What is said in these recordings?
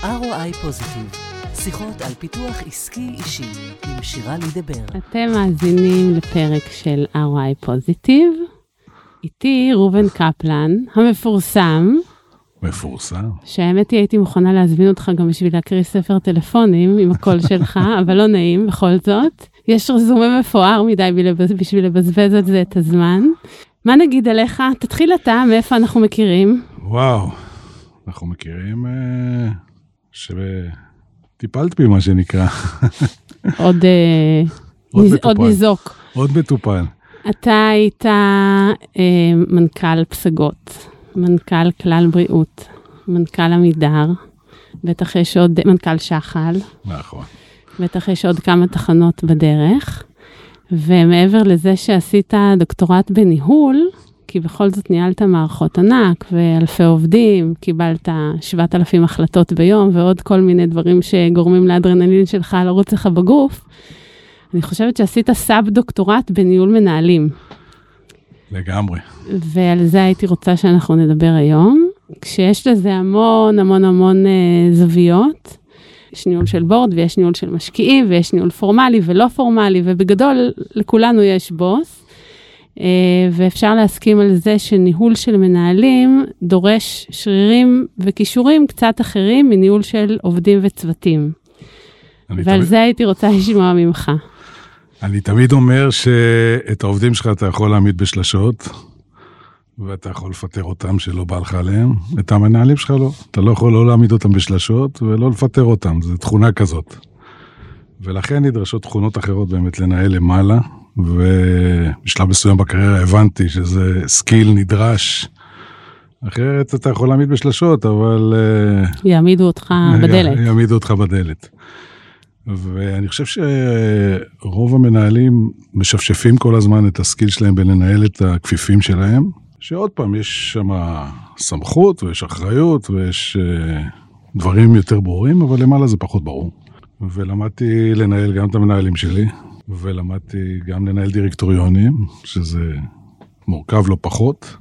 ROI פוזיטיב, שיחות על פיתוח עסקי אישי עם שירה לידבר. אתם מאזינים לפרק של ROI פוזיטיב, איתי ראובן קפלן, המפורסם. מפורסם. שהאמת היא הייתי מוכנה להזמין אותך גם בשביל להקריא ספר טלפונים עם הקול שלך, אבל לא נעים בכל זאת. יש רזומה מפואר מדי בשביל לבזבז על זה את הזמן. מה נגיד עליך? תתחיל אתה, מאיפה אנחנו מכירים? וואו, אנחנו מכירים שטיפלת בי מה שנקרא. עוד ניזוק. עוד מטופל. אתה היית מנכ"ל פסגות, מנכ"ל כלל בריאות, מנכ"ל עמידר, בטח יש עוד מנכ"ל שחל. נכון. בטח יש עוד כמה תחנות בדרך, ומעבר לזה שעשית דוקטורט בניהול, כי בכל זאת ניהלת מערכות ענק ואלפי עובדים, קיבלת 7,000 החלטות ביום, ועוד כל מיני דברים שגורמים לאדרנלין שלך לרוץ לך בגוף, אני חושבת שעשית סאב דוקטורט בניהול מנהלים. לגמרי. ועל זה הייתי רוצה שאנחנו נדבר היום, כשיש לזה המון המון המון זוויות, יש ניהול של בורד ויש ניהול של משקיעים ויש ניהול פורמלי ולא פורמלי, ובגדול לכולנו יש בוס, ואפשר להסכים על זה שניהול של מנהלים דורש שרירים וכישורים קצת אחרים מניהול של עובדים וצוותים. ועל זה הייתי רוצה לשמוע ממך. אני תמיד אומר שאת העובדים שלך אתה יכול להעמיד בשלשות, ואתה יכול לפטר אותם שלא בא לך עליהם. את המנהלים שלך לא. אתה לא יכול לא להעמיד אותם בשלשות ולא לפטר אותם. זו תכונה כזאת. ולכן נדרשות תכונות אחרות באמת לנהל למעלה, ובשלב מסוים בקריירה הבנתי שזה סקיל נדרש. אחרת אתה יכול להעמיד בשלשות, אבל יעמידו אותך בדלת. יעמידו אותך בדלת. ואני חושב שרוב המנהלים משפשפים כל הזמן את הסקיל שלהם בלנהל את הכפיפים שלהם, שעוד פעם יש שם סמכות ויש אחריות ויש דברים יותר ברורים, אבל למעלה זה פחות ברור. ולמדתי לנהל גם את המנהלים שלי, ולמדתי גם לנהל דירקטוריונים, שזה מורכב לא פחות,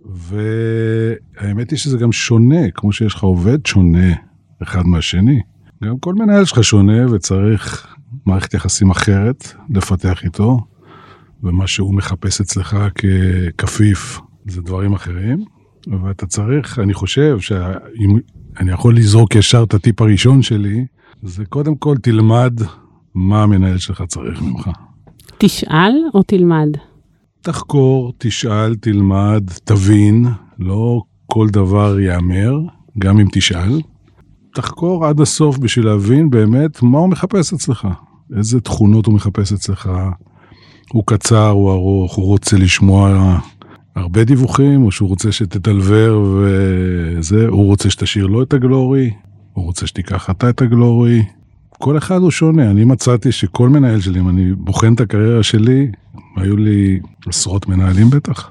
והאמת היא שזה גם שונה, כמו שיש לך עובד שונה אחד מהשני. גם כל מנהל שלך שונה וצריך מערכת יחסים אחרת לפתח איתו, ומה שהוא מחפש אצלך ככפיף זה דברים אחרים, ואתה צריך, אני חושב שאם אני יכול לזרוק ישר את הטיפ הראשון שלי, זה קודם כל תלמד מה המנהל שלך צריך ממך. תשאל או תלמד? תחקור, תשאל, תלמד, תבין, לא כל דבר יאמר, גם אם תשאל. תחקור עד הסוף בשביל להבין באמת מה הוא מחפש אצלך. איזה תכונות הוא מחפש אצלך. הוא קצר, הוא ארוך, הוא רוצה לשמוע הרבה דיווחים, או שהוא רוצה שתתלבר וזה, הוא רוצה שתשאיר לו את הגלורי, הוא רוצה שתיקח אתה את הגלורי. כל אחד הוא שונה. אני מצאתי שכל מנהל שלי, אם אני בוחן את הקריירה שלי, היו לי עשרות מנהלים בטח,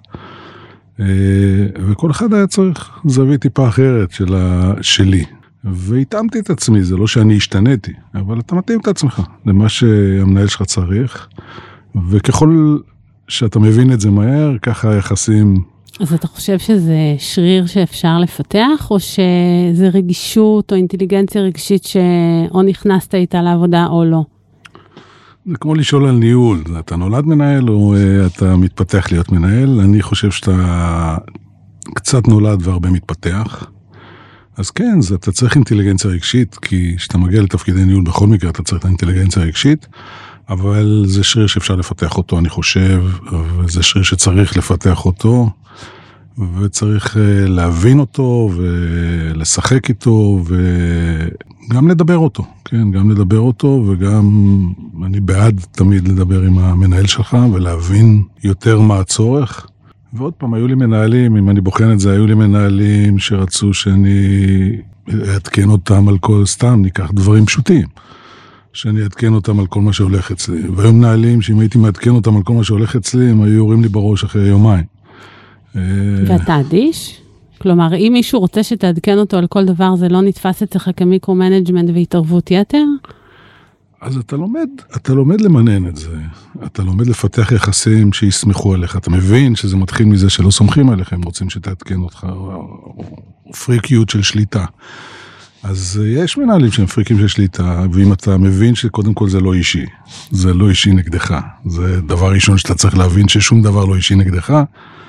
וכל אחד היה צריך זווית טיפה אחרת שלי. והתאמתי את עצמי, זה לא שאני השתניתי, אבל אתה מתאים את עצמך למה שהמנהל שלך צריך, וככל שאתה מבין את זה מהר, ככה היחסים. אז אתה חושב שזה שריר שאפשר לפתח, או שזה רגישות או אינטליגנציה רגשית שאו נכנסת איתה לעבודה או לא? זה כמו לשאול על ניהול, אתה נולד מנהל או אתה מתפתח להיות מנהל? אני חושב שאתה קצת נולד והרבה מתפתח. אז כן, אתה צריך אינטליגנציה רגשית, כי כשאתה מגיע לתפקידי ניהול בכל מקרה, אתה צריך את האינטליגנציה רגשית, אבל זה שריר שאפשר לפתח אותו, אני חושב, וזה שריר שצריך לפתח אותו, וצריך להבין אותו, ולשחק איתו, וגם לדבר אותו, כן, גם לדבר אותו, וגם אני בעד תמיד לדבר עם המנהל שלך, ולהבין יותר מה הצורך. ועוד פעם, היו לי מנהלים, אם אני בוחן את זה, היו לי מנהלים שרצו שאני אעדכן אותם על כל, סתם, ניקח דברים פשוטים, שאני אעדכן אותם על כל מה שהולך אצלי. והיו מנהלים שאם הייתי מעדכן אותם על כל מה שהולך אצלי, הם היו יורים לי בראש אחרי יומיים. ואתה אדיש? כלומר, אם מישהו רוצה שתעדכן אותו על כל דבר, זה לא נתפס אצלך כמיקרו-מנג'מנט והתערבות יתר? אז אתה לומד למנן את זה, אתה לומד לפתח יחסים שיסמכו עליך, אתה מבין שזה מתחיל מזה שלא סומכים עליך, הם רוצים שתעדכן אותך, או פריקיות של שליטה. אז יש מנהלים שהם פריקים של שליטה, ואם אתה מבין שקודם כל זה לא אישי, זה לא אישי נגדך, זה דבר ראשון שאתה צריך להבין ששום דבר לא אישי נגדך,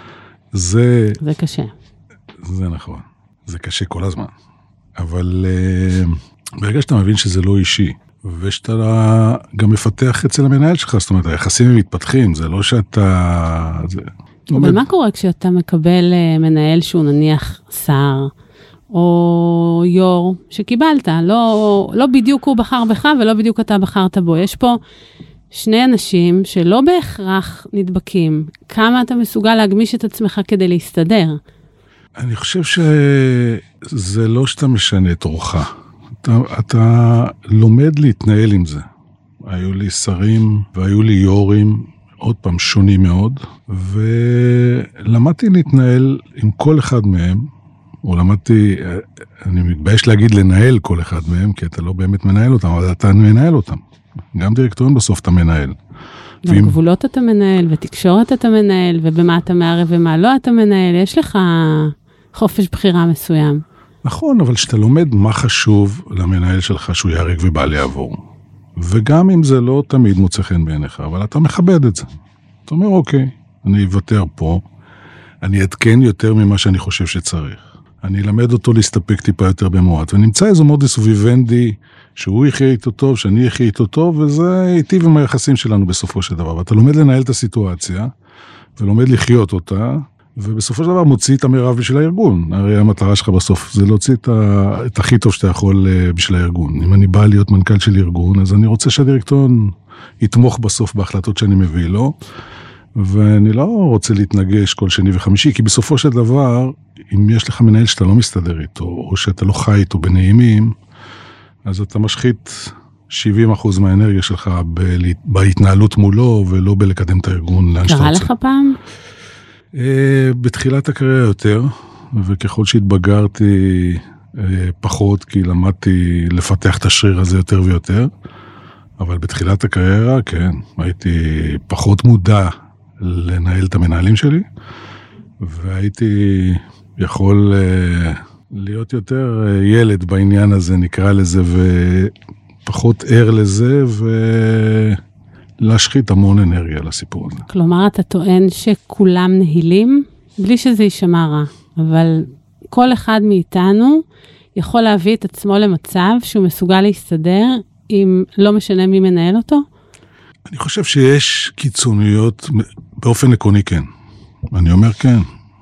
זה קשה. זה נכון, זה קשה כל הזמן. אבל ברגע שאתה מבין שזה לא אישי, ושאתה גם מפתח אצל המנהל שלך, זאת אומרת, היחסים הם מתפתחים, זה לא שאתה... אבל מה קורה כשאתה מקבל מנהל שהוא נניח שר, או יור שקיבלת, לא בדיוק הוא בחר בך, ולא בדיוק אתה בחרת בו. יש פה שני אנשים שלא בהכרח נדבקים. כמה אתה מסוגל להגמיש את עצמך כדי להסתדר? אני חושב שזה לא שאתה משנה את אורך. אתה לומד להתנהל עם זה. היו לי שרים והיו לי יורים, עוד פעם שונים מאוד, ולמדתי להתנהל עם כל אחד מהם, או למדתי, אני מתבייש להגיד לנהל כל אחד מהם, כי אתה לא באמת מנהל אותם, אבל אתה מנהל אותם. גם דירקטוריון בסוף אתה מנהל. גבולות אתה מנהל, ותקשורת אתה מנהל, ובמה אתה מערב ומה לא אתה מנהל, יש לך חופש בחירה מסוים. נכון, אבל שאתה לומד מה חשוב למנהל שלך שהוא יערק ובל יעבור. וגם אם זה לא תמיד מוצא חן בעיניך, אבל אתה מכבד את זה. אתה אומר, אוקיי, אני אוותר פה, אני אתקן יותר ממה שאני חושב שצריך. אני אלמד אותו להסתפק טיפה יותר במועט, ונמצא איזו מודוס ויוונדי, שהוא יחיה איתו טוב, שאני אחיה איתו טוב, וזה היטיב עם היחסים שלנו בסופו של דבר. ואתה לומד לנהל את הסיטואציה, ולומד לחיות אותה, ובסופו של דבר מוציא את המרב בשביל הארגון. הרי המטרה שלך בסוף זה להוציא את הכי טוב שאתה יכול בשביל הארגון. אם אני בא להיות מנכ"ל של ארגון, אז אני רוצה שהדירקטוריון יתמוך בסוף בהחלטות שאני מביא לו, ואני לא רוצה להתנגש כל שני וחמישי, כי בסופו של דבר, אם יש לך מנהל שאתה לא מסתדר איתו, או שאתה לא חי איתו בנעימים, אז אתה משחית 70% מהאנרגיה שלך בהתנהלות מולו, ולא בלקדם את הארגון לאן שאתה רוצה. קרה לך פעם? בתחילת הקריירה יותר, וככל שהתבגרתי פחות, כי למדתי לפתח את השריר הזה יותר ויותר, אבל בתחילת הקריירה, כן, הייתי פחות מודע לנהל את המנהלים שלי, והייתי יכול להיות יותר ילד בעניין הזה, נקרא לזה, ופחות ער לזה, ולהשחית המון אנרגיה לסיפור הזה. כלומר, אתה טוען שכולם נהילים, בלי שזה יישמע רע, אבל כל אחד מאיתנו יכול להביא את עצמו למצב שהוא מסוגל להסתדר, אם לא משנה מי מנהל אותו? אני חושב שיש קיצוניות, באופן עקרוני כן. אני אומר כן.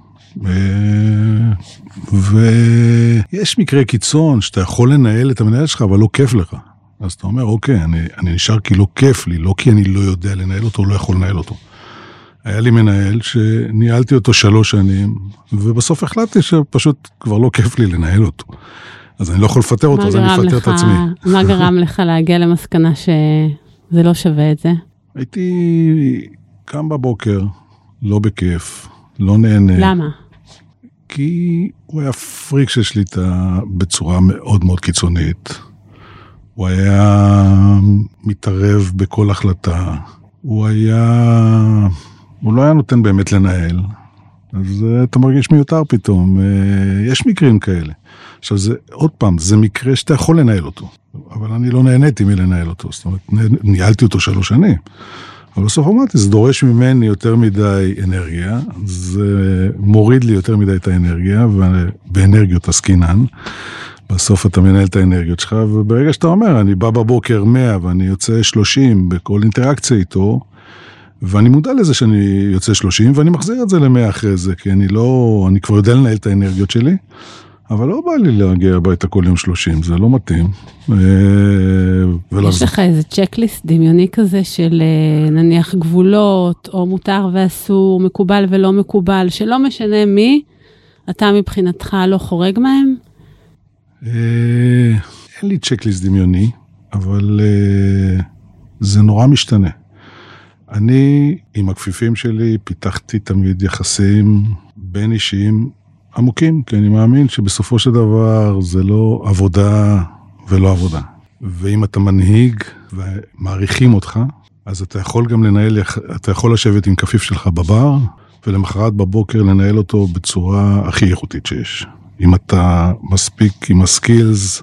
ויש מקרה קיצון שאתה יכול לנהל את המנהל שלך, אבל לא כיף לך. אז אתה אומר, אוקיי, אני נשאר כי לא כיף לי, לא כי אני לא יודע לנהל אותו, לא יכול לנהל אותו. היה לי מנהל שניהלתי אותו 3 שנים, ובסוף החלטתי שפשוט כבר לא כיף לי לנהל אותו. אז אני לא יכול לפטר אותו, אז אני אפטר את עצמי. מה גרם לך להגיע למסקנה שזה לא שווה את זה? הייתי קם בבוקר, לא בכיף, לא נהנה. למה? כי הוא היה פריק של שליטה בצורה מאוד מאוד קיצונית. הוא היה מתערב בכל החלטה. הוא לא היה נותן באמת לנהל. אז אתה מרגיש מיותר פתאום. יש מקרים כאלה. עכשיו, עוד פעם, זה מקרה שאתה יכול לנהל אותו. אבל אני לא נהניתי מלנהל אותו. זאת אומרת, ניהלתי אותו 3 שנים. אבל בסוף אמרתי, זה דורש ממני יותר מדי אנרגיה, זה מוריד לי יותר מדי את האנרגיה, ובאנרגיות עסקינן, בסוף אתה מנהל את האנרגיות שלך, וברגע שאתה אומר, אני בא בבוקר 100, ואני יוצא 30 בכל אינטראקציה איתו, ואני מודע לזה שאני יוצא 30, ואני מחזיר את זה ל100 אחרי זה, כי אני כבר יודע לנהל את האנרגיות שלי, אבל לא בא לי להגיע הביתה כל יום 30, זה לא מתאים. יש לך איזה צ'קליסט דמיוני כזה של נניח גבולות, או מותר ואסור, מקובל ולא מקובל, שלא משנה מי, אתה מבחינתך לא חורג מהם? אין לי צ'קליסט דמיוני, אבל זה נורא משתנה. אני עם הכפיפים שלי פיתחתי תמיד יחסים בין אישיים, עמוקים, כי אני מאמין שבסופו של דבר זה לא עבודה ולא עבודה. ואם אתה מנהיג ומעריכים אותך, אז אתה יכול גם לנהל, אתה יכול לשבת עם כפיף שלך בבר, ולמחרת בבוקר לנהל אותו בצורה הכי איכותית שיש. אם אתה מספיק עם הסקילס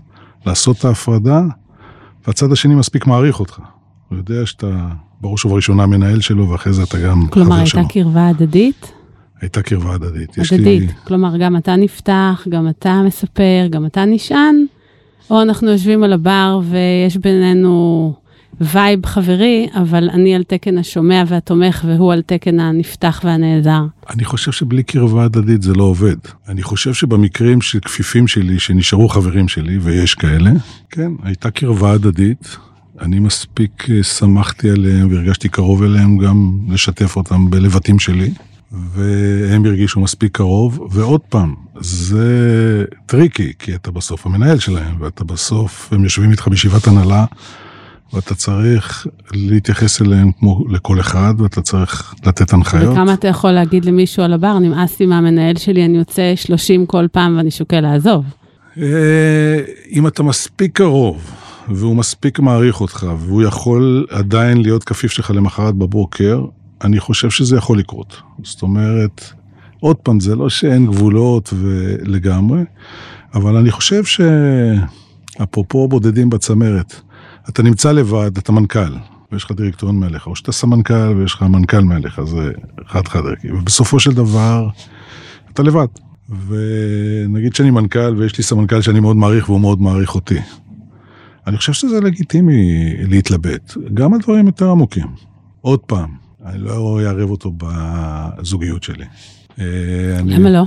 לעשות את ההפרדה, והצד השני מספיק מעריך אותך. הוא יודע שאתה בראש ובראשונה מנהל שלו, ואחרי זה אתה גם כלומר, חבר שלו. הייתה קרבה הדדית? הייתה קרבה הדדית. הדדית, כלומר, גם אתה נפתח, גם אתה מספר, גם אתה נשען, או אנחנו יושבים על הבר ויש בינינו וייב חברי, אבל אני על תקן השומע והתומך, והוא על תקן הנפתח והנעזר. אני חושב שבלי קרבה הדדית זה לא עובד. אני חושב שבמקרים של כפיפים שלי, שנשארו חברים שלי, ויש כאלה, כן, הייתה קרבה הדדית, אני מספיק שמחתי עליהם, והרגשתי קרוב אליהם גם לשתף אותם בלבטים שלי, והם הרגישו מספיק קרוב, ועוד פעם, זה טריקי, כי אתה בסוף המנהל שלהם, ואתה בסוף, הם יושבים איתך בישיבת הנהלה, ואתה צריך להתייחס אליהם כמו לכל אחד, ואתה צריך לתת הנחיות. וכמה אתה יכול להגיד למישהו על הבר, נמאסתי מהמנהל שלי, אני יוצא 30 כל פעם ואני שוקל לעזוב. אם אתה מספיק קרוב, והוא מספיק מעריך אותך, והוא יכול עדיין להיות כפיף שלך למחרת בבוקר, אני חושב שזה יכול לקרות. זאת אומרת, עוד פעם, זה לא שאין גבולות ולגמרי, אבל אני חושב שאפרופו בודדים בצמרת, אתה נמצא לבד, אתה מנכ"ל, ויש לך דירקטוריון מעליך, או שאתה סמנכ"ל ויש לך מנכ"ל מעליך, זה חד ערכי. ובסופו של דבר, אתה לבד. ונגיד שאני מנכ"ל, ויש לי סמנכ"ל שאני מאוד מעריך, והוא מאוד מעריך אותי. אני חושב שזה לגיטימי להתלבט, גם על דברים יותר עמוקים. עוד פעם, אני לא אערב אותו בזוגיות שלי. למה לא?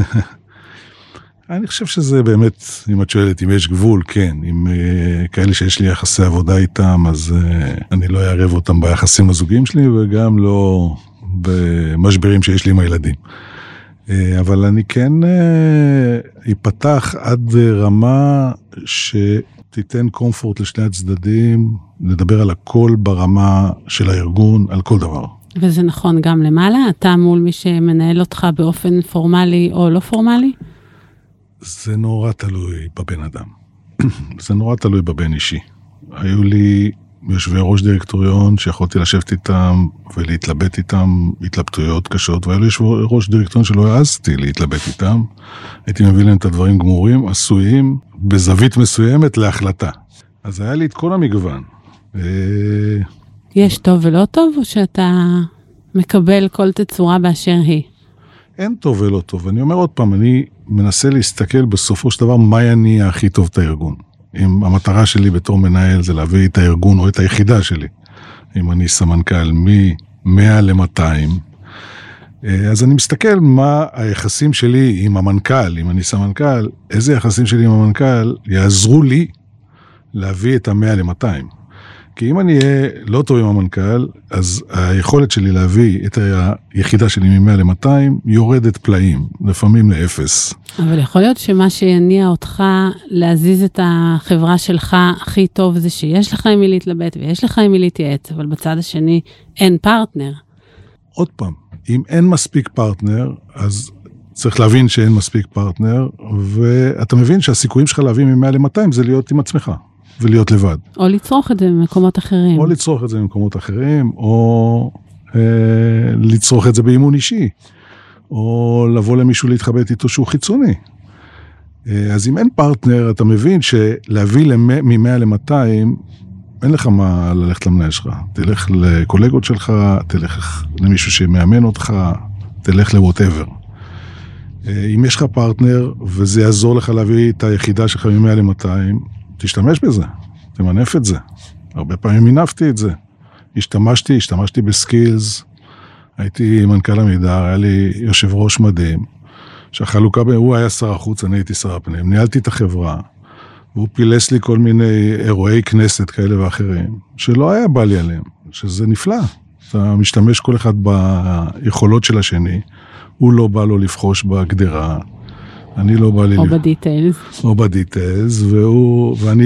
אני חושב שזה באמת, אם את שואלת, אם יש גבול, כן. אם כאלה שיש לי יחסי עבודה איתם, אז אני לא אערב אותם ביחסים הזוגיים שלי, וגם לא במשברים שיש לי עם הילדים. אבל אני כן ייפתח עד רמה שתיתן קומפורט לשני הצדדים, לדבר על הכל ברמה של הארגון, על כל דבר. וזה נכון גם למעלה? אתה מול מי שמנהל אותך באופן פורמלי או לא פורמלי? זה נורא תלוי בבן אדם. זה נורא תלוי בבן אישי. היו לי יושבי ראש דירקטוריון שיכולתי לשבת איתם ולהתלבט איתם התלבטויות קשות, והיו לי יושבי ראש דירקטוריון שלא העזתי להתלבט איתם. הייתי מביא להם את הדברים גמורים, עשויים, בזווית מסוימת להחלטה. אז היה לי את כל המגוון. יש טוב ולא טוב, או שאתה מקבל כל תצורה באשר היא? אין טוב ולא טוב. אני אומר עוד פעם, אני מנסה להסתכל בסופו של דבר, מה יניע הכי טוב את הארגון. אם המטרה שלי בתור מנהל זה להביא את הארגון או את היחידה שלי, אם אני סמנכ"ל מ-100 ל-200, אז אני מסתכל מה היחסים שלי עם המנכ"ל, אם אני סמנכ"ל, איזה יחסים שלי עם המנכ"ל יעזרו לי להביא את ה-100 ל-200. כי אם אני אהיה לא טוב עם המנכ"ל, אז היכולת שלי להביא את היחידה שלי מ-100 ל-200 יורדת פלאים, לפעמים ל-0. אבל יכול להיות שמה שיניע אותך להזיז את החברה שלך הכי טוב זה שיש לך עם מי להתלבט ויש לך עם מי להתייעץ, אבל בצד השני אין פרטנר. עוד פעם, אם אין מספיק פרטנר, אז צריך להבין שאין מספיק פרטנר, ואתה מבין שהסיכויים שלך להביא מ-100 ל-200 זה להיות עם עצמך. ולהיות לבד. או לצרוך את זה במקומות אחרים. או לצרוך את זה במקומות אחרים, או לצרוך את זה באימון אישי, או לבוא למישהו להתחבט איתו שהוא חיצוני. אז אם אין פרטנר, אתה מבין שלהביא מ-100 ל-200, אין לך מה ללכת למנהל שלך. תלך לקולגות שלך, תלך למישהו שמאמן אותך, תלך ל-whatever. אם יש לך פרטנר, וזה יעזור לך להביא את היחידה שלך מ-100 ל-200, תשתמש בזה, תמנף את זה. הרבה פעמים מינפתי את זה. השתמשתי בסקילס, הייתי מנכ"ל עמידר, היה לי יושב ראש מדהים, שהחלוקה, הוא היה שר החוץ, אני הייתי שר הפנים, ניהלתי את החברה, והוא פילס לי כל מיני אירועי כנסת כאלה ואחרים, שלא היה בא לי עליהם, שזה נפלא. אתה משתמש כל אחד ביכולות של השני, הוא לא בא לו לפחוש בגדרה, אני לא בא לי... או בדיטיילס, ואני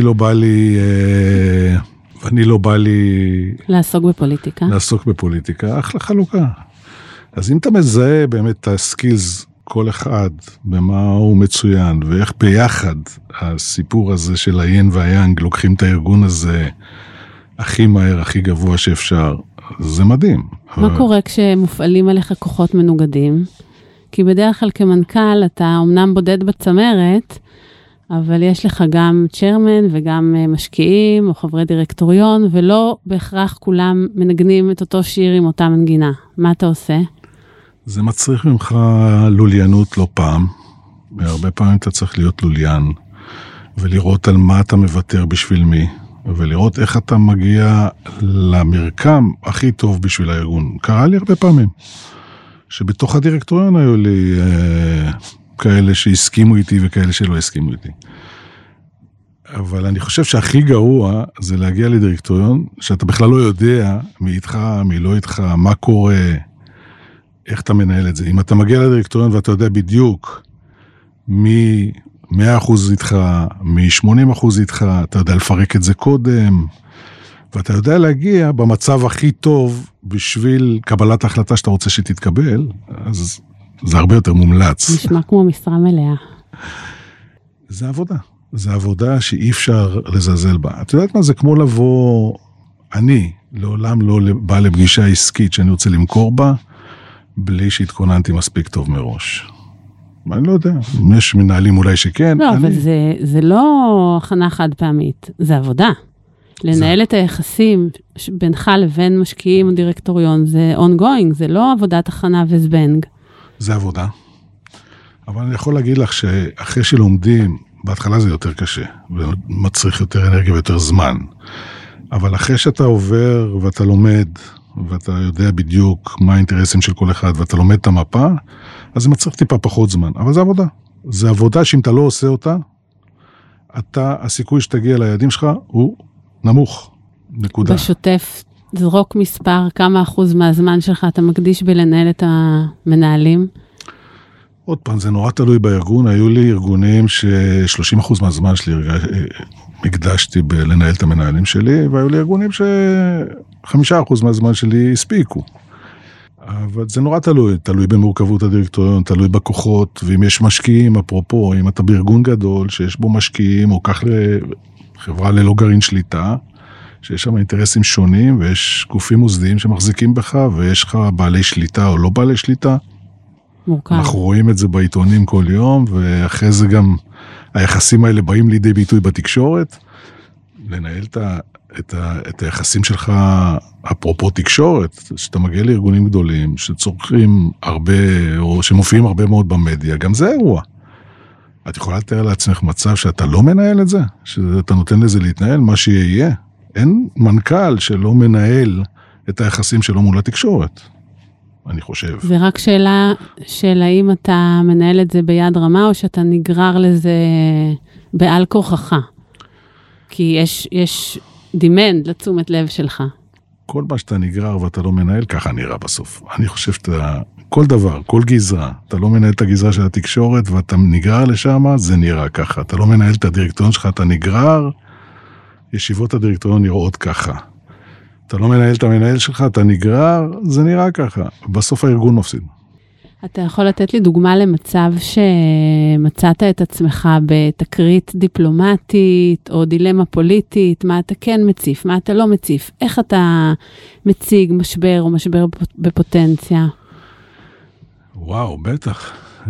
לא בא לי... לעסוק בפוליטיקה, אחלה חלוקה. אז אם אתה מזהה באמת את הסקילס, כל אחד, במה הוא מצוין, ואיך ביחד הסיפור הזה של היין והיאנג, לוקחים את הארגון הזה הכי מהר, הכי גבוה שאפשר, זה מדהים. מה קורה כשמופעלים עליך כוחות מנוגדים? כי בדרך כלל כמנכ"ל אתה אומנם בודד בצמרת, אבל יש לך גם צ'רמן וגם משקיעים או חברי דירקטוריון, ולא בהכרח כולם מנגנים את אותו שיר עם אותה מנגינה. מה אתה עושה? זה מצריך ממך לוליינות לא פעם, והרבה פעמים אתה צריך להיות לוליין, ולראות על מה אתה מוותר בשביל מי, ולראות איך אתה מגיע למרקם הכי טוב בשביל הארגון. קרה לי הרבה פעמים, שבתוך הדירקטוריון היו לי כאלה שהסכימו איתי וכאלה שלא הסכימו איתי. אבל אני חושב שהכי גרוע זה להגיע לדירקטוריון, שאתה בכלל לא יודע מי איתך, מי לא איתך, מה קורה, איך אתה מנהל את זה. אם אתה מגיע לדירקטוריון ואתה יודע בדיוק מי 100% איתך, מ-80% איתך, אתה יודע לפרק את זה קודם, ואתה יודע להגיע במצב הכי טוב בשביל קבלת ההחלטה שאתה רוצה שתתקבל, אז זה הרבה יותר מומלץ. נשמע כמו משרה מלאה. זה עבודה. זה עבודה שאי אפשר לזלזל בה. את יודעת מה? זה כמו לבוא, אני לעולם לא בא לפגישה עסקית שאני רוצה למכור בה, בלי שהתכוננתי מספיק טוב מראש. אני לא יודע, יש מנהלים אולי שכן. לא, אבל זה לא הכנה חד פעמית, זה עבודה. לנהל את היחסים בינך לבין משקיעים או דירקטוריון, זה ongoing, זה לא עבודת הכנה וזבנג. זה עבודה. אבל אני יכול להגיד לך שאחרי שלומדים, בהתחלה זה יותר קשה, ומצריך יותר אנרגיה ויותר זמן. אבל אחרי שאתה עובר ואתה לומד, ואתה יודע בדיוק מה האינטרסים של כל אחד, ואתה לומד את המפה, אז זה מצריך טיפה פחות זמן. אבל זה עבודה. זה עבודה שאם אתה לא עושה אותה, הסיכוי שתגיע ליעדים שלך הוא נמוך. נקודה. בשוטף, זרוק מספר, כמה אחוז מהזמן שלך אתה מקדיש בלנהל את המנהלים? עוד פעם, זה נורא תלוי בארגון. היו לי ארגונים ש30% מהזמן שלי הקדשתי בלנהל את המנהלים שלי, והיו לי ארגונים ש5% מהזמן שלי הספיקו. אבל זה נורא תלוי במורכבות הדירקטוריון, תלוי בכוחות, ואם יש משקיעים, אפרופו, אם אתה בארגון גדול שיש בו משקיעים, או כך לחברה ללא גרעין שליטה, שיש שם אינטרסים שונים, ויש גופים מוסדיים שמחזיקים בך, ויש לך בעלי שליטה או לא בעלי שליטה. מורכב. אנחנו רואים את זה בעיתונים כל יום, ואחרי זה גם היחסים האלה באים לידי ביטוי בתקשורת. לנהל את היחסים שלך, אפרופו תקשורת, שאתה מגיע לארגונים גדולים, שצורכים הרבה, או שמופיעים הרבה מאוד במדיה, גם זה אירוע. את יכולה לתאר לעצמך מצב שאתה לא מנהל את זה? שאתה נותן לזה להתנהל, מה שיהיה? אין מנכ"ל שלא מנהל את היחסים שלו מול התקשורת. אני חושב. זה רק שאלה אם אתה מנהל את זה ביד רמה, או שאתה נגרר לזה בעל כוחך. כי יש דימנד לתשומת לב שלך. כל מה שאתה נגרר ואתה לא מנהל, ככה נראה בסוף. אני חושב שאתה, כל דבר, כל גזרה, אתה לא מנהל את הגזרה של התקשורת, ואתה נגרר לשם, זה נראה ככה. אתה לא מנהל את הדירקטוריון שלך, אתה נגרר, ישיבות הדירקטוריון נראות ככה. אתה לא מנהל את המנהל שלך, אתה נגרר, זה נראה ככה. בסוף הארגון מפסיד. אתה יכול לתת לי דוגמה למצב שמצאת את עצמך בתקרית דיפלומטית או דילמה פוליטית, מה אתה כן מציף, מה אתה לא מציף, איך אתה מציג משבר או משבר בפוטנציה? וואו, בטח.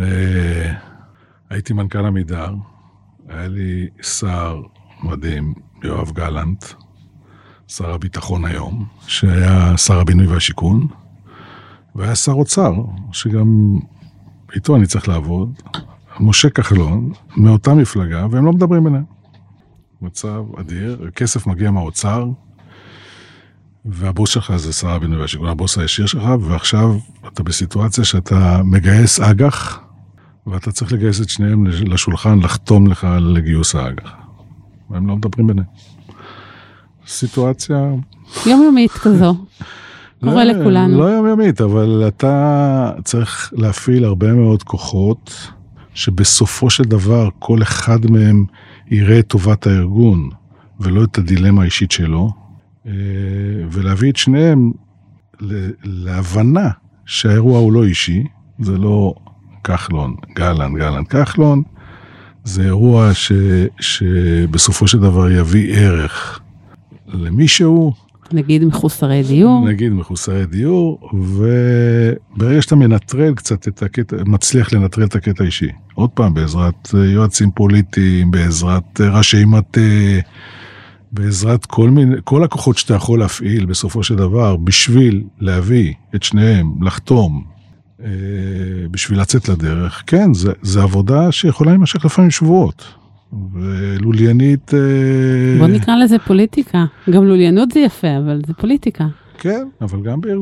הייתי מנכ"ל עמידר, היה לי שר מדהים, יואב גלנט, שר הביטחון היום, שהיה שר הבינוי והשיכון, והיה שר אוצר, שגם איתו אני צריך לעבוד, משה כחלון, מאותה מפלגה, והם לא מדברים ביניהם. מצב אדיר, כסף מגיע מהאוצר, והבוס שלך זה שר הבינוי והשיכון, הבוס הישיר שלך, ועכשיו אתה בסיטואציה שאתה מגייס אג"ח, ואתה צריך לגייס את שניהם לשולחן, לחתום לך לגיוס האג"ח. והם לא מדברים ביניהם. סיטואציה... יומיומית כזו. קורה לכולנו. לא יומיומית, אבל אתה צריך להפעיל הרבה מאוד כוחות, שבסופו של דבר כל אחד מהם יראה את טובת הארגון, ולא את הדילמה האישית שלו, ולהביא את שניהם להבנה שהאירוע הוא לא אישי, זה לא כחלון, גלנט, כחלון, זה אירוע שבסופו של דבר יביא ערך למישהו. נגיד מחוסרי דיור. נגיד מחוסרי דיור, וברגע שאתה מנטרל קצת את הקטע, מצליח לנטרל את הקטע האישי. עוד פעם, בעזרת יועצים פוליטיים, בעזרת ראשי מטה, בעזרת כל הכוחות שאתה יכול להפעיל בסופו של דבר, בשביל להביא את שניהם, לחתום, בשביל לצאת לדרך. כן, זה עבודה שיכולה להימשך לפעמים שבועות. ולוליינית... בוא נקרא לזה פוליטיקה. גם לוליינות זה יפה, אבל זה פוליטיקה. כן, אבל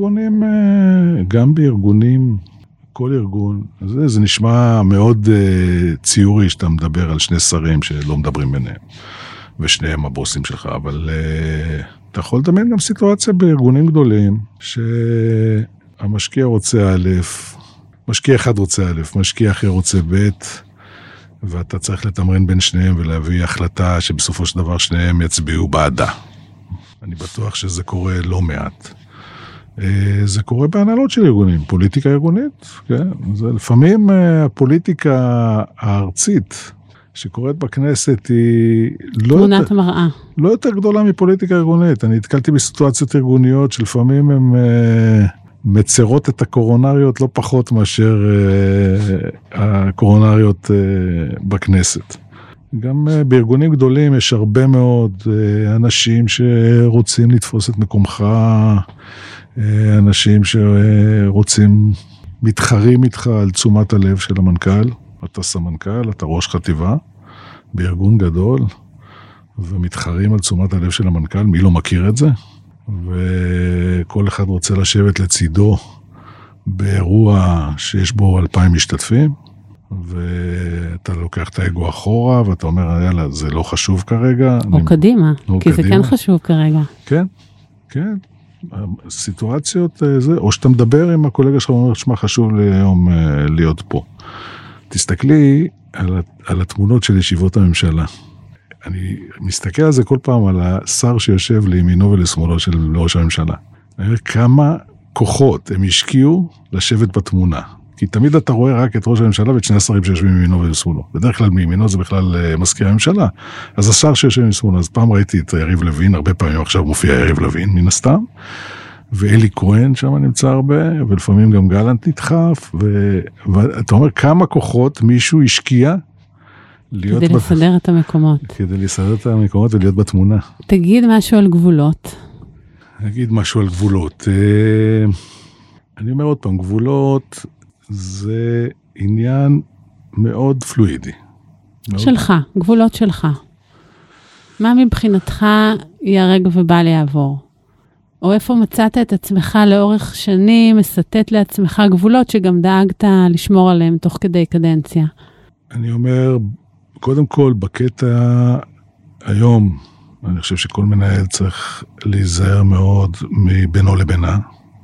גם בארגונים, כל ארגון, זה נשמע מאוד ציורי שאתה מדבר על שני שרים שלא מדברים ביניהם, ושניהם הבוסים שלך, אבל אתה יכול לדמיין גם סיטואציה בארגונים גדולים, שהמשקיע רוצה א', משקיע אחד רוצה א', משקיע אחר רוצה ב', ואתה צריך לתמרן בין שניהם ולהביא החלטה שבסופו של דבר שניהם יצביעו בעדה. אני בטוח שזה קורה לא מעט. זה קורה בהנהלות של ארגונים, פוליטיקה ארגונית, כן? זה לפעמים הפוליטיקה הארצית שקורית בכנסת היא תמונת מראה. לא יותר גדולה מפוליטיקה ארגונית. אני התקלתי בסיטואציות ארגוניות שלפעמים הן מצרות את הקורונריות לא פחות מאשר הקורונריות בכנסת. גם בארגונים גדולים יש הרבה מאוד אנשים שרוצים לתפוס את מקומך, אנשים שרוצים, מתחרים איתך על תשומת הלב של המנכ"ל. אתה סמנכ"ל, אתה ראש חטיבה בארגון גדול, ומתחרים על תשומת הלב של המנכ"ל, מי לא מכיר את זה? וכל אחד רוצה לשבת לצידו באירוע שיש בו 2,000 משתתפים, ואתה לוקח את האגו אחורה, ואתה אומר, יאללה, זה לא חשוב כרגע. או קדימה, כי זה כן חשוב כרגע. כן, כן. סיטואציות זה, או שאתה מדבר עם הקולגה שלך, ואומר, שמה חשוב ליום להיות פה. תסתכלי על התמונות של ישיבות הממשלה. אני מסתכל על זה כל פעם, על השר שיושב לימינו ולשמאלו של ראש הממשלה. אני אומר, כמה כוחות הם השקיעו לשבת בתמונה. כי תמיד אתה רואה רק את ראש הממשלה ואת שני השרים שיושבים מימינו ולשמאלו. בדרך כלל מימינו זה בכלל מזכיר הממשלה. אז השר שיושב משמאלו, אז פעם ראיתי את יריב לוין, הרבה פעמים עכשיו מופיע יריב לוין מן הסתם, ואלי כהן שם נמצא הרבה, ולפעמים גם גלנט נדחף, ואתה אומר כמה כוחות מישהו השקיע, כדי לסדר את המקומות. כדי לסדר את המקומות ולהיות בתמונה. תגיד משהו על גבולות. נגיד משהו על גבולות. אני אומר עוד פעם, גבולות זה עניין מאוד פלואידי. שלך, גבולות שלך. מה מבחינתך ייהרג ובל יעבור? או איפה מצאת את עצמך לאורך שנים, מסתת לעצמך גבולות שגם דאגת לשמור עליהם תוך כדי קדנציה? אני אומר, קודם כל, בקטע היום, אני חושב שכל מנהל צריך להיזהר מאוד מבינו לבינה.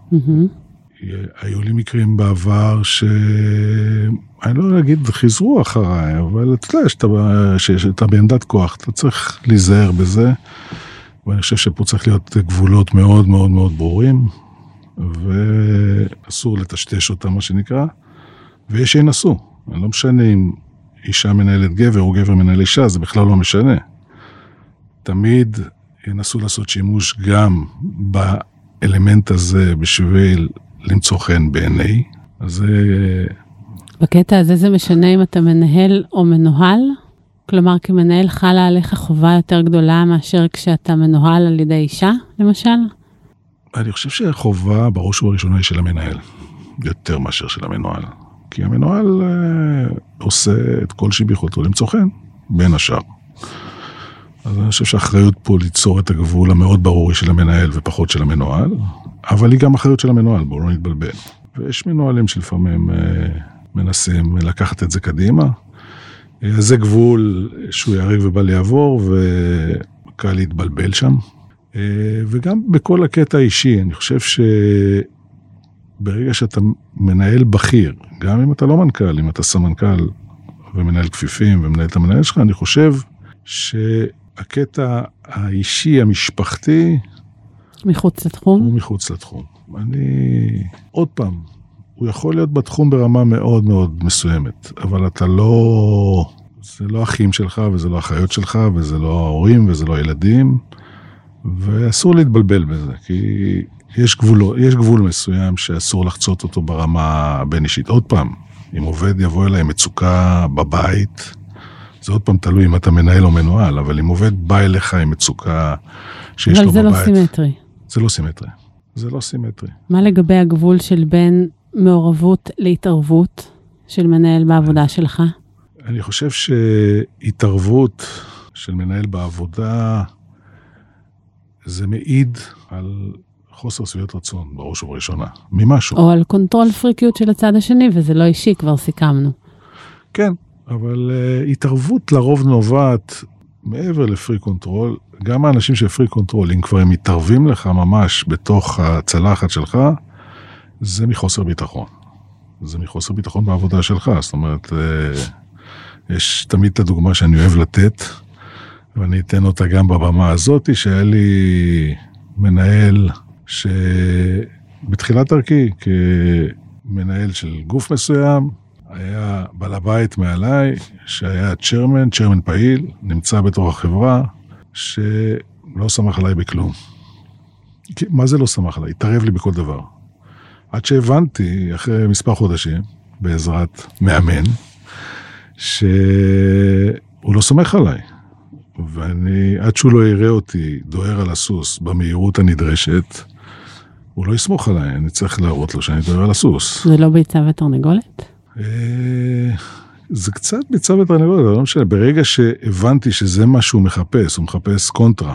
היו לי מקרים בעבר אני לא אגיד חיזרו אחריי, אבל אתה יודע שאתה בעמדת כוח, אתה צריך להיזהר בזה, ואני חושב שפה צריך להיות גבולות מאוד מאוד מאוד ברורים, ואסור לטשטש אותם מה שנקרא, ויש שינסו. אני לא משנה אם אישה מנהלת גבר או גבר מנהל אישה, זה בכלל לא משנה. תמיד ינסו לעשות שימוש גם באלמנט הזה בשביל למצוא חן בעיני. אז בקטע הזה זה משנה אם אתה מנהל או מנוהל? כלומר, כמנהל חלה עליך חובה יותר גדולה מאשר כשאתה מנוהל על ידי אישה, למשל? אני חושב שהחובה בראש ובראשונה היא של המנהל, יותר מאשר של המנוהל. כי המנוהל עושה את כל שביכולתו למצוא חן, בין השאר. אז אני חושב שהאחריות פה ליצור את הגבול המאוד ברור של המנהל ופחות של המנוהל, אבל היא גם אחריות של המנוהל, בואו לא נתבלבל. ויש מנוהלים שלפעמים מנסים לקחת את זה קדימה, אז זה גבול שהוא יהרג ובל יעבור, וקל להתבלבל שם. וגם בכל הקטע האישי, אני חושב שברגע שאתה מנהל בכיר, גם אם אתה לא מנכ"ל, אם אתה סמנכ"ל ומנהל כפיפים ומנהל את המנהל שלך, אני חושב שהקטע האישי, המשפחתי, מחוץ לתחום? הוא מחוץ לתחום. עוד פעם, הוא יכול להיות בתחום ברמה מאוד מאוד מסוימת, אבל אתה זה לא אחים שלך, וזה לא אחיות שלך, וזה לא ההורים, וזה לא הילדים, ואסור להתבלבל בזה, כי יש גבול מסוים שאסור לחצות אותו ברמה הבין אישית. עוד פעם, אם עובד יבוא אליי מצוקה בבית, זה עוד פעם תלוי אם אתה מנהל או מנוהל, אבל אם עובד בא אליך עם מצוקה שיש לו בבית. אבל זה לא סימטרי. זה לא סימטרי. זה לא סימטרי. מה לגבי הגבול של בין מעורבות להתערבות של מנהל בעבודה שלך? אני חושב שהתערבות של מנהל בעבודה, זה מעיד על חוסר שביעות רצון, בראש ובראשונה, ממשהו. או על קונטרול פריקיות של הצד השני, וזה לא אישי, כבר סיכמנו. כן, אבל התערבות לרוב נובעת מעבר לפרי קונטרול, גם האנשים של פרי קונטרול, אם כבר הם מתערבים לך ממש בתוך הצלחת שלך, זה מחוסר ביטחון. זה מחוסר ביטחון בעבודה שלך, זאת אומרת, יש תמיד את הדוגמה שאני אוהב לתת, ואני אתן אותה גם בבמה הזאת, שהיה לי מנהל שבתחילת דרכי, כמנהל של גוף מסוים, היה בעל הבית מעליי, שהיה צ'רמן פעיל, נמצא בתוך החברה, שלא שמח עליי בכלום. מה זה לא שמח עליי? התערב לי בכל דבר. עד שהבנתי, אחרי מספר חודשים, בעזרת מאמן, שהוא לא סומך עליי. ואני, עד שהוא לא יראה אותי דוהר על הסוס במהירות הנדרשת, הוא לא יסמוך עליי, אני צריך להראות לו שאני דוהר על הסוס. זה לא ביצה ותרנגולת? זה קצת ביצה ותרנגולת, אבל לא משנה, ברגע שהבנתי שזה מה שהוא מחפש, הוא מחפש קונטרה,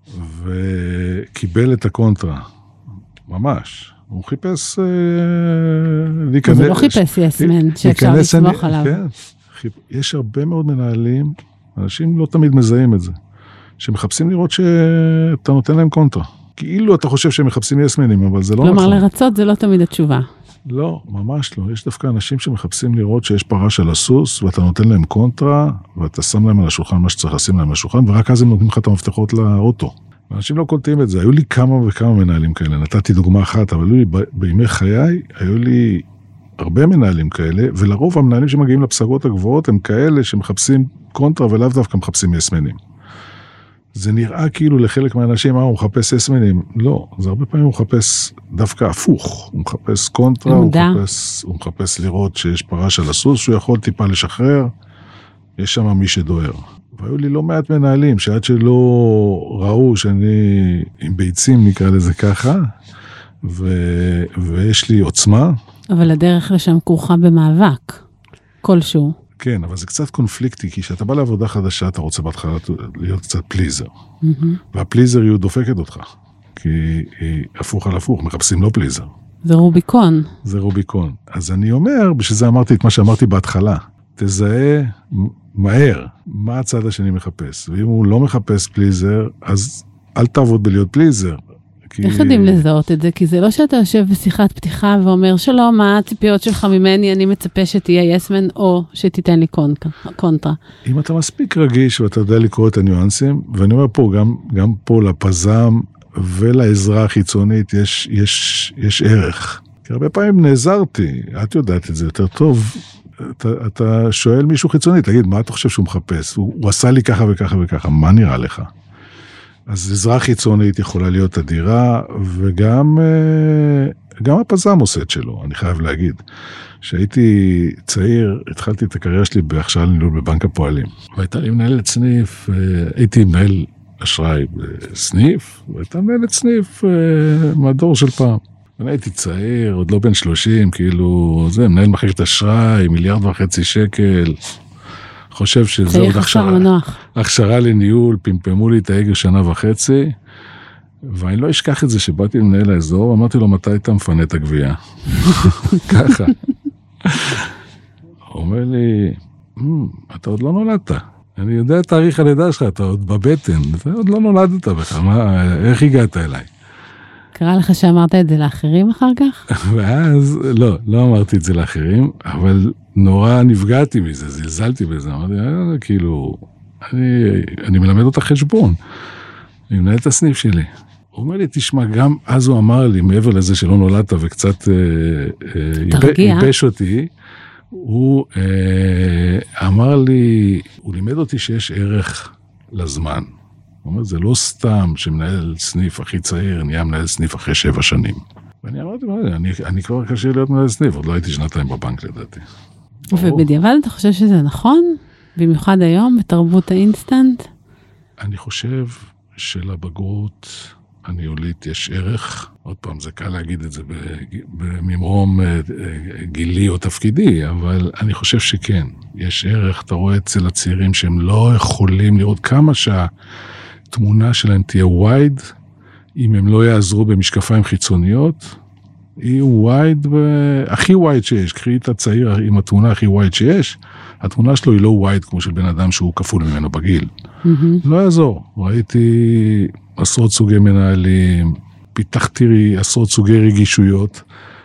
וקיבל את הקונטרה, ממש, הוא חיפש להיכנס... זה לא חיפש יסמן שאפשר לסמוך עליו. כן, יש הרבה מאוד מנהלים, אנשים לא תמיד מזהים את זה, שמחפשים לראות שאתה נותן להם קונטרה. כאילו אתה חושב שהם מחפשים יסמנים, אבל זה לא נכון. כלומר, לרצות זה לא תמיד התשובה. לא, ממש לא. יש דווקא אנשים שמחפשים לראות שיש פרש על הסוס, ואתה נותן להם קונטרה, ואתה שם להם על השולחן מה שצריך לשים להם על השולחן, ורק אז הם נותנים לך את המפתחות לאוטו. אנשים לא קולטים את זה. היו לי כמה וכמה מנהלים כאלה. נתתי דוגמה אחת, אבל בימי חיי, היו לי הרבה מנהלים כאלה, ולרוב המנהלים שמגיעים לפסגות הגבוהות, הם כאלה שמחפשים קונטרה, ולאו דווקא מחפשים יסמנים. זה נראה כאילו לחלק מהאנשים, הוא מחפש יסמנים. לא, זה הרבה פעמים הוא מחפש דווקא הפוך. הוא מחפש קונטרה, הוא מחפש לראות שיש פרש על הסוס, שהוא יכול טיפה לשחרר, יש שם מי שדוהר. והיו לי לא מעט מנהלים, שעד שלא ראו שאני עם ביצים, נקרא לזה ככה, ויש לי עוצמה. אבל הדרך לשם כרוכה במאבק, כלשהו. כן, אבל זה קצת קונפליקטי, כי כשאתה בא לעבודה חדשה, אתה רוצה בהתחלה להיות קצת פליזר. והפליזר היא דופקת אותך, כי היא הפוך על הפוך, מחפשים לא פליזר. זה רוביקון. זה רוביקון. אז אני אומר, בשביל זה אמרתי את מה שאמרתי בהתחלה, תזהה מהר מה הצד השני מחפש, ואם הוא לא מחפש פליזר, אז אל תעבוד בלהיות פליזר. איך יודעים לזהות את זה? כי זה לא שאתה יושב בשיחת פתיחה ואומר, שלום, מה הציפיות שלך ממני, אני מצפה שתהיה יסמן, או שתיתן לי קונטרה. אם אתה מספיק רגיש ואתה יודע לקרוא את הניואנסים, ואני אומר פה, גם פה לפזם ולעזרה החיצונית יש ערך. כי הרבה פעמים נעזרתי, את יודעת את זה יותר טוב, אתה שואל מישהו חיצוני, תגיד, מה אתה חושב שהוא מחפש? הוא עשה לי ככה וככה וככה, מה נראה לך? אז עזרה חיצונית יכולה להיות אדירה, וגם הפזם עושה את שלו, אני חייב להגיד. כשהייתי צעיר, התחלתי את הקריירה שלי בהכשרה לניהול בבנק הפועלים. והייתה לי מנהלת סניף, הייתי מנהל אשראי בסניף, והייתה מנהלת סניף מהדור של פעם. אני הייתי צעיר, עוד לא בן 30, כאילו, זה, מנהל מחלקת אשראי, 1.5 מיליארד שקל. חושב שזה עוד הכשרה לניהול, פמפמו לי את ההגה 1.5 שנה, ואני לא אשכח את זה שבאתי למנהל האזור, אמרתי לו מתי אתה מפנה את הגבייה. ככה. הוא אומר לי, אתה עוד לא נולדת. אני יודע את תאריך הלידה שלך, אתה עוד בבטן, אתה עוד לא נולדת בך, איך הגעת אליי? קרא לך שאמרת את זה לאחרים אחר כך? ואז, לא אמרתי את זה לאחרים, אבל נורא נפגעתי מזה, זלזלתי בזה, אמרתי, כאילו, אני מלמד אותה חשבון, אני מנהל את הסניף שלי. הוא אומר לי, תשמע, גם אז הוא אמר לי, מעבר לזה שלא נולדת וקצת ייבש אותי, הוא אמר לי, הוא לימד אותי שיש ערך לזמן. הוא אומר, זה לא סתם שמנהל סניף הכי צעיר, נהיה מנהל סניף אחרי 7 שנים. ואני אמרתי, אני כבר קשה להיות מנהל סניף, עוד לא הייתי 2 בבנק לדעתי. ובדיעבד אתה חושב שזה נכון? במיוחד היום, בתרבות האינסטנט? אני חושב שלבגרות הניהולית יש ערך, עוד פעם, זה קל להגיד את זה בממרום גילי או תפקידי, אבל אני חושב שכן, יש ערך, אתה רואה אצל הצעירים שהם לא יכולים לראות כמה שהתמונה שלהם תהיה wide, אם הם לא יעזרו במשקפיים חיצוניות, יהיו wide, הכי wide שיש, קחי את הצעיר עם התמונה הכי wide שיש, התמונה שלו היא לא wide כמו של בן אדם שהוא כפול ממנו בגיל. לא יעזור, ראיתי עשרות סוגי מנהלים, פיתחתי עשרות סוגי רגישויות,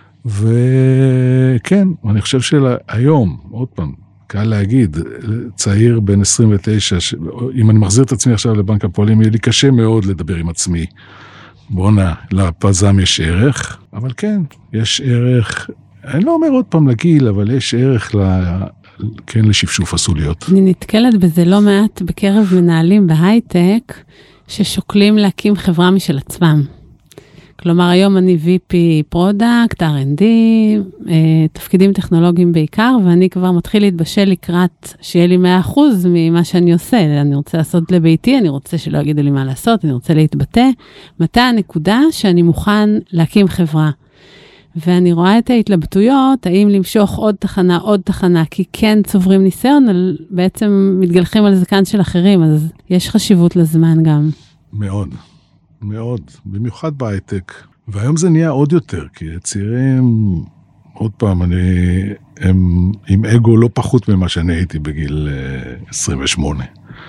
וכן, אני חושב שהיום, עוד פעם, קל להגיד, צעיר בן 29, אם אני מחזיר את עצמי עכשיו לבנק הפועלים, יהיה לי קשה מאוד לדבר עם עצמי. בונה, לפזם יש ערך, אבל כן, יש ערך, אני לא אומר עוד פעם לגיל, אבל יש ערך כן לשפשוף הסוליות. אני נתקלת בזה לא מעט בקרב מנהלים בהייטק, ששוקלים להקים חברה משל עצמם. כלומר, היום אני VP פרודקט, R&D, תפקידים טכנולוגיים בעיקר, ואני כבר מתחיל להתבשל לקראת שיהיה לי 100% ממה שאני עושה. אני רוצה לעשות לביתי, אני רוצה שלא יגידו לי מה לעשות, אני רוצה להתבטא. מתי הנקודה שאני מוכן להקים חברה? ואני רואה את ההתלבטויות, האם למשוך עוד תחנה, כי כן צוברים ניסיון, בעצם מתגלחים על זקן של אחרים, אז יש חשיבות לזמן גם. מאוד. מאוד, במיוחד בהייטק. והיום זה נהיה עוד יותר, כי הצעירים, עוד פעם, הם עם אגו לא פחות ממה שאני הייתי בגיל 28.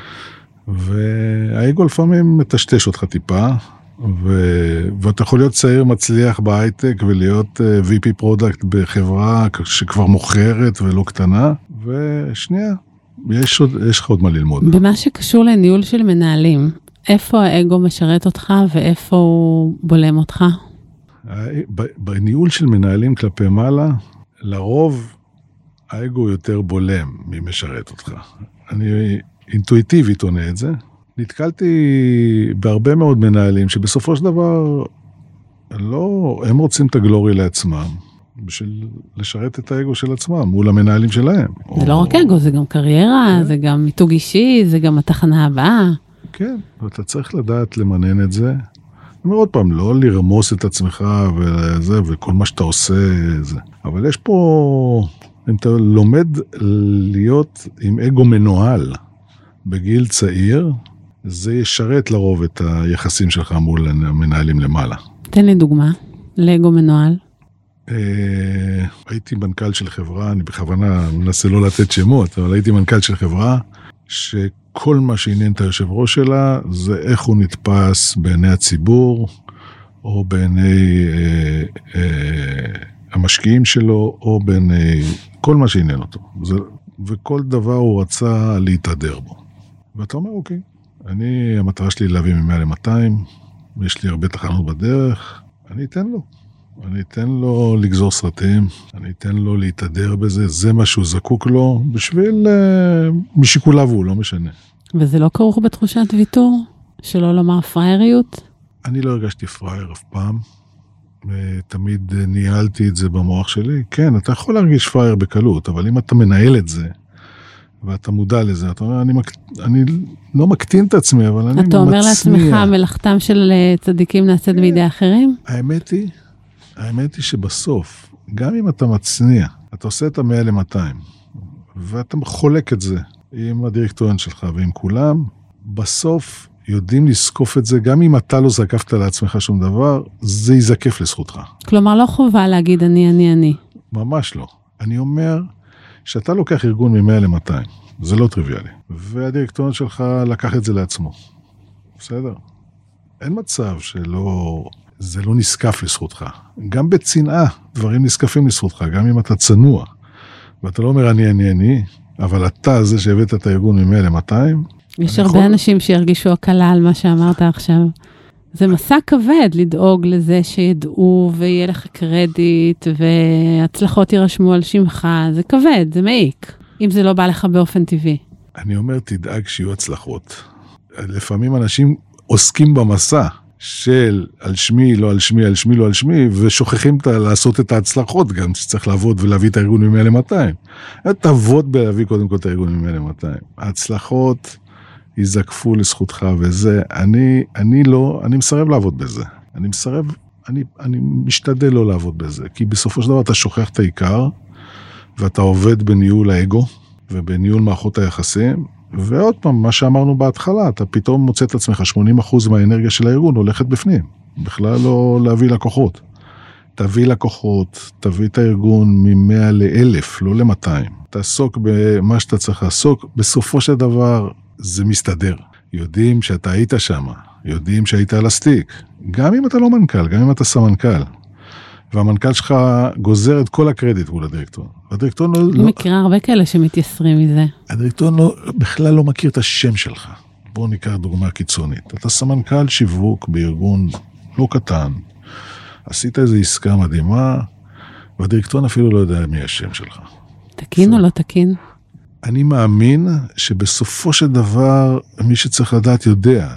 והאגו לפעמים מטשטש אותך טיפה, ואתה יכול להיות צעיר מצליח בהייטק, ולהיות VP פרודקט בחברה שכבר מוכרת ולא קטנה, ושנייה, יש לך עוד מה ללמוד. במה שקשור לניהול של מנהלים, איפה האגו משרת אותך ואיפה הוא בולם אותך? בניהול של מנהלים כלפי מעלה, לרוב האגו יותר בולם ממשרת אותך. אני אינטואיטיבית עונה את זה. נתקלתי בהרבה מאוד מנהלים שבסופו של דבר לא, הם רוצים את הגלורי לעצמם, בשביל לשרת את האגו של עצמם מול המנהלים שלהם. זה לא רק אגו, זה גם קריירה, זה גם מיתוג אישי, זה גם התחנה הבאה. כן, ואתה צריך לדעת למנן את זה. אני אומר עוד פעם, לא לרמוס את עצמך וזה, וכל מה שאתה עושה זה. אבל יש פה, אם אתה לומד להיות עם אגו מנוהל בגיל צעיר, זה ישרת לרוב את היחסים שלך מול המנהלים למעלה. תן לי דוגמה, לאגו מנוהל. הייתי מנכ"ל של חברה, אני בכוונה מנסה לא לתת שמות, אבל הייתי מנכ"ל של חברה, שכל מה שעניין את היושב ראש שלה, זה איך הוא נתפס בעיני הציבור, או בעיני המשקיעים שלו, או בעיני כל מה שעניין אותו. וכל דבר הוא רצה להתהדר בו. ואתה אומר, אוקיי, המטרה שלי להביא מ-100 ל-200, יש לי הרבה תחנות בדרך, אני אתן לו לגזור סרטים, אני אתן לו להתהדר בזה, זה מה שהוא זקוק לו, בשביל משיקוליו הוא, לא משנה. וזה לא כרוך בתחושת ויתור? שלא לומר פרייריות? אני לא הרגשתי פרייר אף פעם, תמיד ניהלתי את זה במוח שלי. כן, אתה יכול להרגיש פרייר בקלות, אבל אם אתה מנהל את זה, ואתה מודע לזה, אתה אומר, אני לא מקטין את עצמי, אבל אני מצניע. אתה אומר לעצמך, מלאכתם של צדיקים נעשית בידי אחרים? האמת היא שבסוף, גם אם אתה מצניע, אתה עושה את 100 ל-200, ואתה חולק את זה עם הדירקטוריון שלך ועם כולם, בסוף יודעים לזקוף את זה, גם אם אתה לא זקפת לעצמך שום דבר, זה יזקף לזכותך. כלומר, לא חובה להגיד אני. ממש לא. אני אומר שאתה לוקח ארגון מ-100 ל-200, זה לא טריוויאלי, והדירקטוריון שלך לקח את זה לעצמו. בסדר? אין מצב זה לא נזקף לזכותך. גם בצנעה, דברים נזקפים לזכותך, גם אם אתה צנוע, ואתה לא אומר אני, אבל אתה זה שהבאת את הארגון מ-100 ל-200. יש הרבה אנשים שירגישו הקלה על מה שאמרת עכשיו. זה מסע כבד לדאוג לזה שידעו ויהיה לך קרדיט, והצלחות יירשמו על שמך, זה כבד, זה מעיק, אם זה לא בא לך באופן טבעי. אני אומר, תדאג שיהיו הצלחות. לפעמים אנשים עוסקים במסע של על שמי, לא על שמי, על שמי, לא על שמי, ושוכחים לעשות את ההצלחות גם, שצריך לעבוד ולהביא את הארגון מ-100 ל-200. תעבוד בלהביא קודם כל את הארגון מ-100 ל-200. ההצלחות יזקפו לזכותך, וזה, אני מסרב לעבוד בזה. אני משתדל לא לעבוד בזה, כי בסופו של דבר אתה שוכח את העיקר, ואתה עובד בניהול האגו, ובניהול מערכות היחסים, ועוד פעם, מה שאמרנו בהתחלה, אתה פתאום מוצא את עצמך, 80% מהאנרגיה של הארגון הולכת בפנים, בכלל לא להביא לקוחות. תביא לקוחות, תביא את הארגון מ-100 ל-1,000, לא ל-200. תעסוק במה שאתה צריך לעסוק, בסופו של דבר זה מסתדר. יודעים שאתה היית שם, יודעים שהיית על הסטיק, גם אם אתה לא מנכ"ל, גם אם אתה סמנכ"ל. והמנכ"ל שלך גוזר את כל הקרדיט מול הדירקטוריון. הדירקטוריון לא... אני מכירה הרבה כאלה שמתייסרים מזה. הדירקטוריון בכלל לא מכיר את השם שלך. בואו ניקח דוגמה קיצונית. אתה סמנכ"ל שיווק בארגון לא קטן. עשית איזו עסקה מדהימה, והדירקטוריון אפילו לא יודע מי השם שלך. תקין או לא תקין? אני מאמין שבסופו של דבר, מי שצריך לדעת יודע.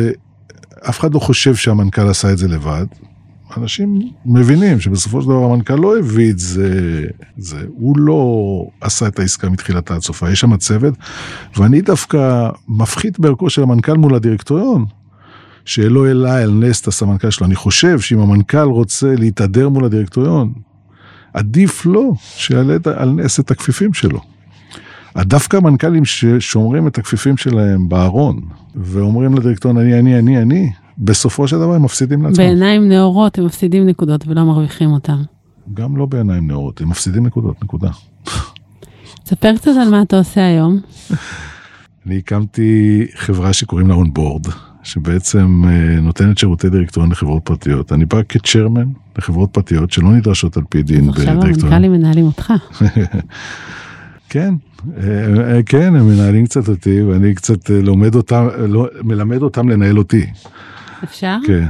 אף אחד לא חושב שהמנכ"ל עשה את זה לבד. אנשים מבינים שבסופו של דבר המנכ"ל לא הביא את זה, הוא לא עשה את העסקה מתחילתה עד סופה, יש שם צוות, ואני דווקא מפחית בערכו של המנכ"ל מול הדירקטוריון, שלא העלה על נס את הסמנכ"ל שלו. אני חושב שאם המנכ"ל רוצה להתהדר מול הדירקטוריון, עדיף לו שיעלה על נס את הכפיפים שלו. דווקא המנכ"לים ששומרים את הכפיפים שלהם בארון, ואומרים לדירקטוריון אני, בסופו של דבר הם מפסידים לעצמם. בעיניים נאורות הם מפסידים נקודות ולא מרוויחים אותם. גם לא בעיניים נאורות, הם מפסידים נקודות, נקודה. תספר קצת על מה אתה עושה היום. אני הקמתי חברה שקוראים לה אונבורד, שבעצם נותנת שירותי דירקטוריון לחברות פרטיות. אני בא כצ'רמן לחברות פרטיות שלא נדרשות על פי דין בדירקטוריון. עכשיו המנכ"לים מנהלים אותך. כן, הם מנהלים קצת אותי, ואני קצת מלמד אותם לנהל אותי. אפשר? כן.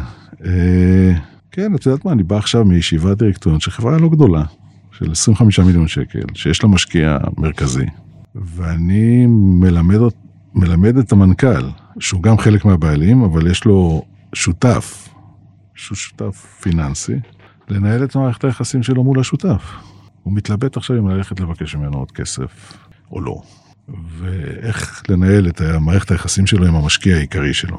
כן, את יודעת מה, אני בא עכשיו מישיבת דירקטוריון, שחברה לא גדולה, של 25 מיליון שקל, שיש לה משקיע מרכזי, ואני מלמד את המנכ"ל, שהוא גם חלק מהבעלים, אבל יש לו שותף, שהוא שותף פיננסי, לנהל את מערכת היחסים שלו מול השותף. הוא מתלבט עכשיו אם ללכת לבקש ממנו עוד כסף או לא, ואיך לנהל את מערכת היחסים שלו עם המשקיע העיקרי שלו.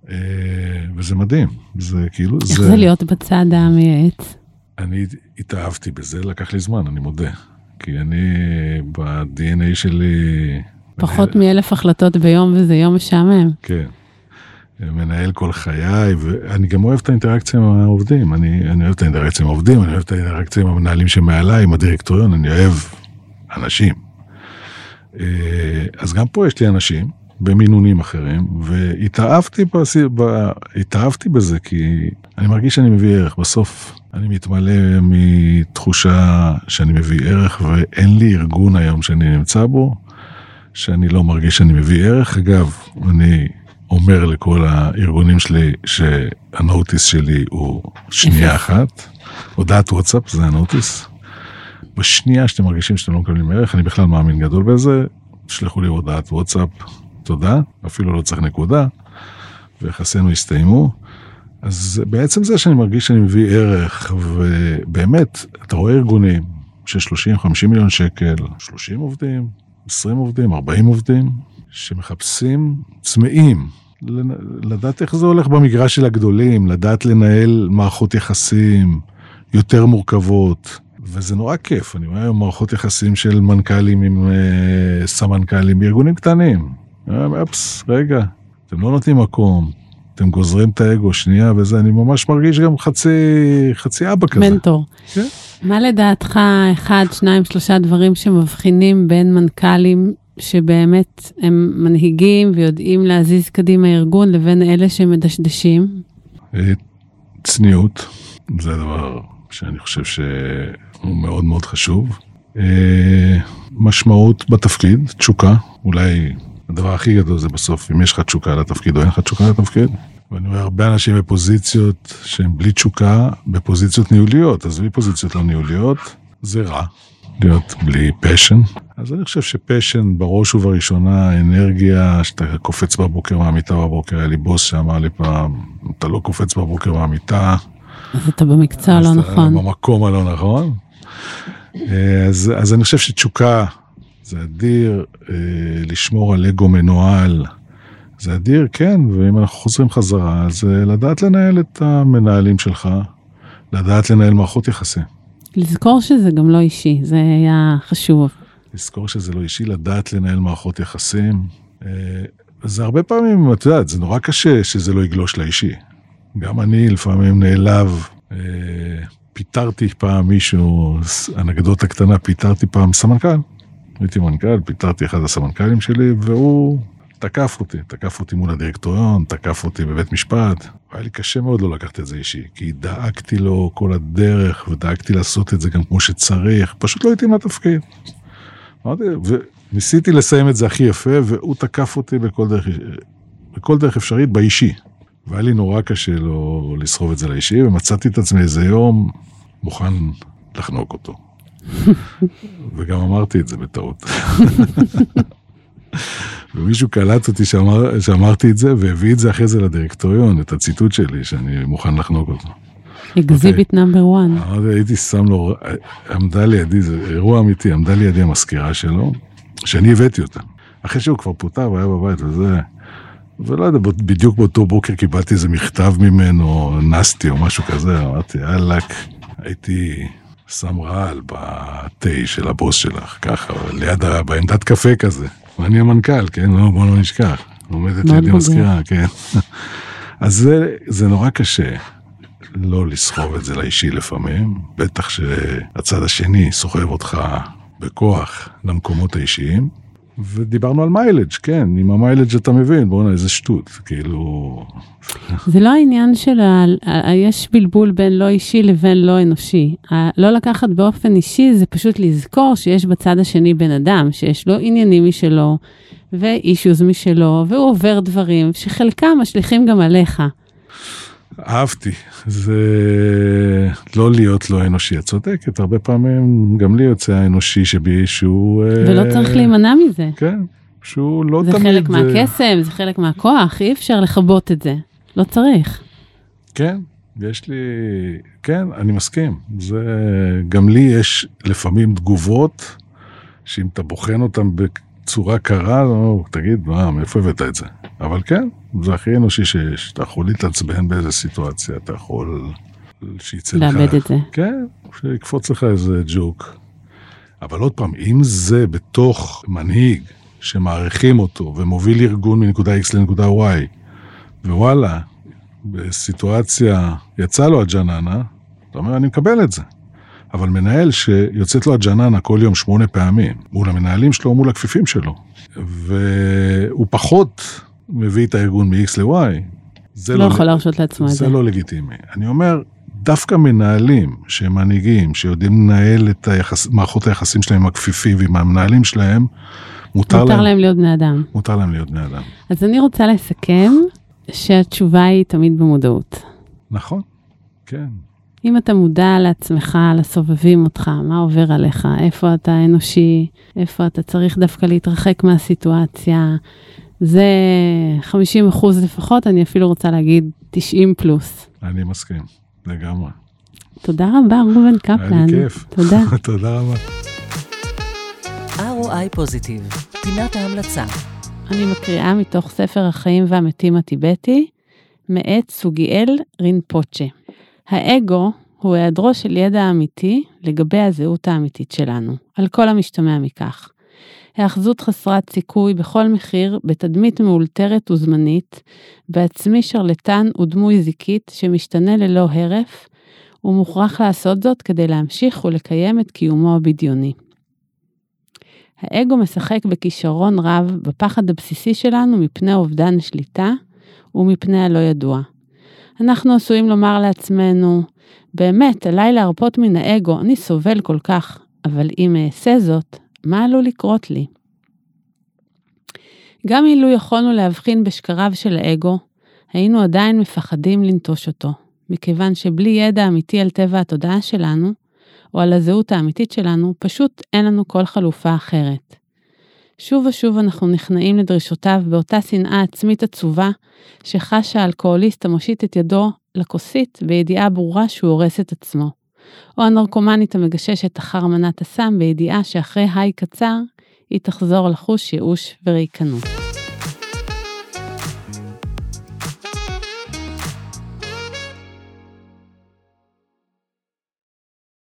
וזה מדהים, זה כאילו... איך זה להיות בצד המייעץ? אני התאהבתי בזה, לקח לי זמן, אני מודה. כי אני, ב-DNA שלי... פחות מ1,000 החלטות ביום, וזה יום משעמם. כן. מנהל כל חיי, ואני גם אוהב את האינטראקציה עם העובדים. אני אוהב את האינטראקציה עם העובדים, אני אוהב את האינטראקציה עם המנהלים שמעליי, עם הדירקטוריון, אני אוהב אנשים. אז גם פה יש לי אנשים, במינונים אחרים, והתאהבתי בזה, כי אני מרגיש שאני מביא ערך. בסוף אני מתמלא מתחושה שאני מביא ערך, ואין לי ארגון היום שאני נמצא בו, שאני לא מרגיש שאני מביא ערך. אגב, אני אומר לכל הארגונים שלי, שהנוטיס שלי הוא שנייה אחת, הודעת וואטסאפ, זה הנוטיס. בשנייה שאתם מרגישים שאתם לא מקבלים ערך, אני בכלל מאמין גדול בזה, תשלחו לי הודעת וואטסאפ, תודה, אפילו לא צריך נקודה, ויחסינו הסתיימו. אז בעצם זה שאני מרגיש שאני מביא ערך, ובאמת, אתה רואה ארגונים של 30-50 מיליון שקל, 30 עובדים, 20 עובדים, 40 עובדים, שמחפשים צמאים, לדעת איך זה הולך במגרש של הגדולים, לדעת לנהל מערכות יחסים יותר מורכבות, וזה נורא כיף. אני רואה היום מערכות יחסים של מנכ"לים עם סמנכ"לים בארגונים קטנים. אפס, רגע, אתם לא נותנים מקום, אתם גוזרים את האגו שנייה וזה, אני ממש מרגיש גם חצי אבא כזה. מנטור. כן? מה לדעתך 1, 2, 3 דברים שמבחינים בין מנכ"לים שבאמת הם מנהיגים ויודעים להזיז קדימה ארגון לבין אלה שמדשדשים? צניעות, זה דבר שאני חושב שהוא מאוד מאוד חשוב. משמעות בתפקיד, תשוקה, אולי הדבר הכי גדול זה בסוף, אם יש לך תשוקה לתפקיד או אין לך תשוקה לתפקיד. ואני רואה הרבה אנשים בפוזיציות שהן בלי תשוקה, בפוזיציות ניהוליות, אז בפוזיציות לא ניהוליות, זה רע. להיות בלי פשן. אז אני חושב שפשן בראש ובראשונה, אנרגיה, שאתה קופץ בבוקר מהמיטה בבוקר, היה לי בוס שאמר לי פעם, אתה לא קופץ בבוקר מהמיטה. אז אתה במקצוע לא נכון. במקום הלא נכון. אז אני חושב שתשוקה, זה אדיר, לשמור על אגו מנוהל, זה אדיר, כן, ואם אנחנו חוזרים חזרה, אז לדעת לנהל את המנהלים שלך, לדעת לנהל מערכות יחסים. לזכור שזה גם לא אישי, זה היה חשוב. לזכור שזה לא אישי, לדעת לנהל מערכות יחסים. זה הרבה פעמים, את יודעת, זה נורא קשה שזה לא יגלוש לאישי. גם אני לפעמים נעלב, פיתרתי פעם מישהו, אנקדוטה קטנה, פיתרתי פעם סמנכ"ל. הייתי מנכ"ל, פיתרתי אחד הסמנכ"לים שלי, והוא תקף אותי מול הדירקטוריון, תקף אותי בבית משפט. היה לי קשה מאוד לא לקחת את זה אישי, כי דאגתי לו כל הדרך, ודאגתי לעשות את זה גם כמו שצריך, פשוט לא התאים לתפקיד. וניסיתי לסיים את זה הכי יפה, והוא תקף אותי בכל דרך אפשרית באישי. והיה לי נורא קשה לו לסחוב את זה לאישי, ומצאתי את עצמי איזה יום מוכן לחנוק אותו. וגם אמרתי את זה בטעות. ומישהו קלט אותי שאמרתי את זה, והביא את זה אחרי זה לדירקטוריון, את הציטוט שלי, שאני מוכן לחנוק אותו. אקזיביט נאמבר 1. הייתי שם לו, עמדה לידי, זה אירוע אמיתי, עמדה לידי המזכירה שלו, שאני הבאתי אותה. אחרי שהוא כבר פוטר והיה בבית וזה, ולא יודע, בדיוק באותו בוקר קיבלתי איזה מכתב ממנו, נסתי או משהו כזה, אמרתי, אלק, הייתי שם רעל בתה של הבוס שלך, ככה, ליד, בעמדת קפה כזה. ואני המנכ"ל, כן? לא, בוא לא נשכח. עומדת לידי מזכירה, כן. אז זה נורא קשה לא לסחוב את זה לאישי לפעמים, בטח שהצד השני סוחב אותך בכוח למקומות האישיים, ודיברנו על מיילג', כן, עם המיילג' אתה מבין, בואו איזה שטות, כאילו... זה לא העניין של, יש בלבול בין לא אישי לבין לא אנושי. לא לקחת באופן אישי, זה פשוט לזכור שיש בצד השני בן אדם, שיש לו עניינים משלו, ואישוז משלו, והוא עובר דברים, שחלקם משליכים גם עליך. אהבתי, זה לא להיות לא אנושי, את צודקת, הרבה פעמים גם לי יוצא האנושי שבי שהוא... ולא צריך להימנע מזה. כן, שהוא לא זה תמיד... זה חלק מהקסם, זה חלק מהכוח, אי אפשר לחבות את זה, לא צריך. כן, יש לי... כן, אני מסכים, זה... גם לי יש לפעמים תגובות, שאם אתה בוחן אותן בצורה קרה, לא, תגיד, מאיפה הבאת את זה? אבל כן, זה הכי אנושי שאתה יכול להתעצבן באיזה סיטואציה, אתה יכול שיצא לך... לאבד את זה. כן, שיקפוץ לך איזה ג'וק. אבל עוד פעם, אם זה בתוך מנהיג שמעריכים אותו ומוביל ארגון מנקודה X לנקודה Y, ווואלה, בסיטואציה יצא לו הג'ננה, אתה אומר, אני מקבל את זה. אבל מנהל שיוצאת לו הג'ננה כל יום 8 פעמים, מול המנהלים שלו, מול הכפיפים שלו, והוא פחות... מביא את הארגון מ-X ל-Y, זה לא יכול להרשות לעצמו את זה. זה לא לגיטימי. אני אומר, דווקא מנהלים שהם מנהיגים, שיודעים לנהל את מערכות היחסים שלהם עם הכפיפים ועם המנהלים שלהם, מותר להם להיות בני אדם. מותר להם להיות בני אדם. אז אני רוצה לסכם שהתשובה היא תמיד במודעות. נכון, כן. אם אתה מודע לעצמך, לסובבים אותך, מה עובר עליך, איפה אתה אנושי, איפה אתה צריך דווקא להתרחק מהסיטואציה, זה 50% לפחות, אני אפילו רוצה להגיד 90+. אני מסכים, לגמרי. תודה רבה, ראובן קפלן. היה לי כיף. תודה. תודה רבה. ROI פוזיטיב, פינת ההמלצה. אני מקריאה מתוך ספר החיים והמתים הטיבטי, מאת סוגיאל רינפוצ'ה. האגו הוא היעדרו של ידע אמיתי לגבי הזהות האמיתית שלנו, על כל המשתמע מכך. האחזות חסרת סיכוי בכל מחיר, בתדמית מאולתרת וזמנית, בעצמי שרלטן ודמוי זיקית שמשתנה ללא הרף, הוא מוכרח לעשות זאת כדי להמשיך ולקיים את קיומו הבדיוני. האגו משחק בכישרון רב בפחד הבסיסי שלנו מפני אובדן שליטה ומפני הלא ידוע. אנחנו עשויים לומר לעצמנו, באמת, עליי להרפות מן האגו, אני סובל כל כך, אבל אם אעשה זאת, מה עלול לקרות לי? גם אילו יכולנו להבחין בשקריו של האגו, היינו עדיין מפחדים לנטוש אותו, מכיוון שבלי ידע אמיתי על טבע התודעה שלנו, או על הזהות האמיתית שלנו, פשוט אין לנו כל חלופה אחרת. שוב ושוב אנחנו נכנעים לדרישותיו באותה שנאה עצמית עצובה, שחש האלכוהוליסט המושיט את ידו לכוסית בידיעה ברורה שהוא הורס את עצמו. או הנרקומנית המגששת אחר מנת הסם בידיעה שאחרי היי קצר, היא תחזור לחוש ייאוש וריקנות.